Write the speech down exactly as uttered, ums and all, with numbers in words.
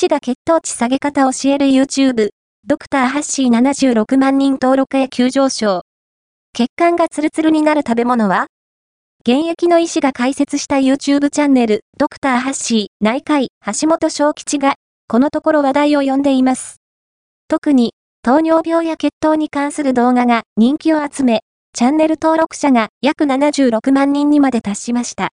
師が血糖値下げ方教える YouTube、ドクターハッシーななじゅうろくまんにん登録へ急上昇。血管がツルツルになる食べ物は？現役の医師が開設した YouTube チャンネル、ドクターハッシー内科医橋本正吉が、このところ話題を呼んでいます。特に、糖尿病や血糖に関する動画が人気を集め、チャンネル登録者が約ななじゅうろくまんにんにまで達しました。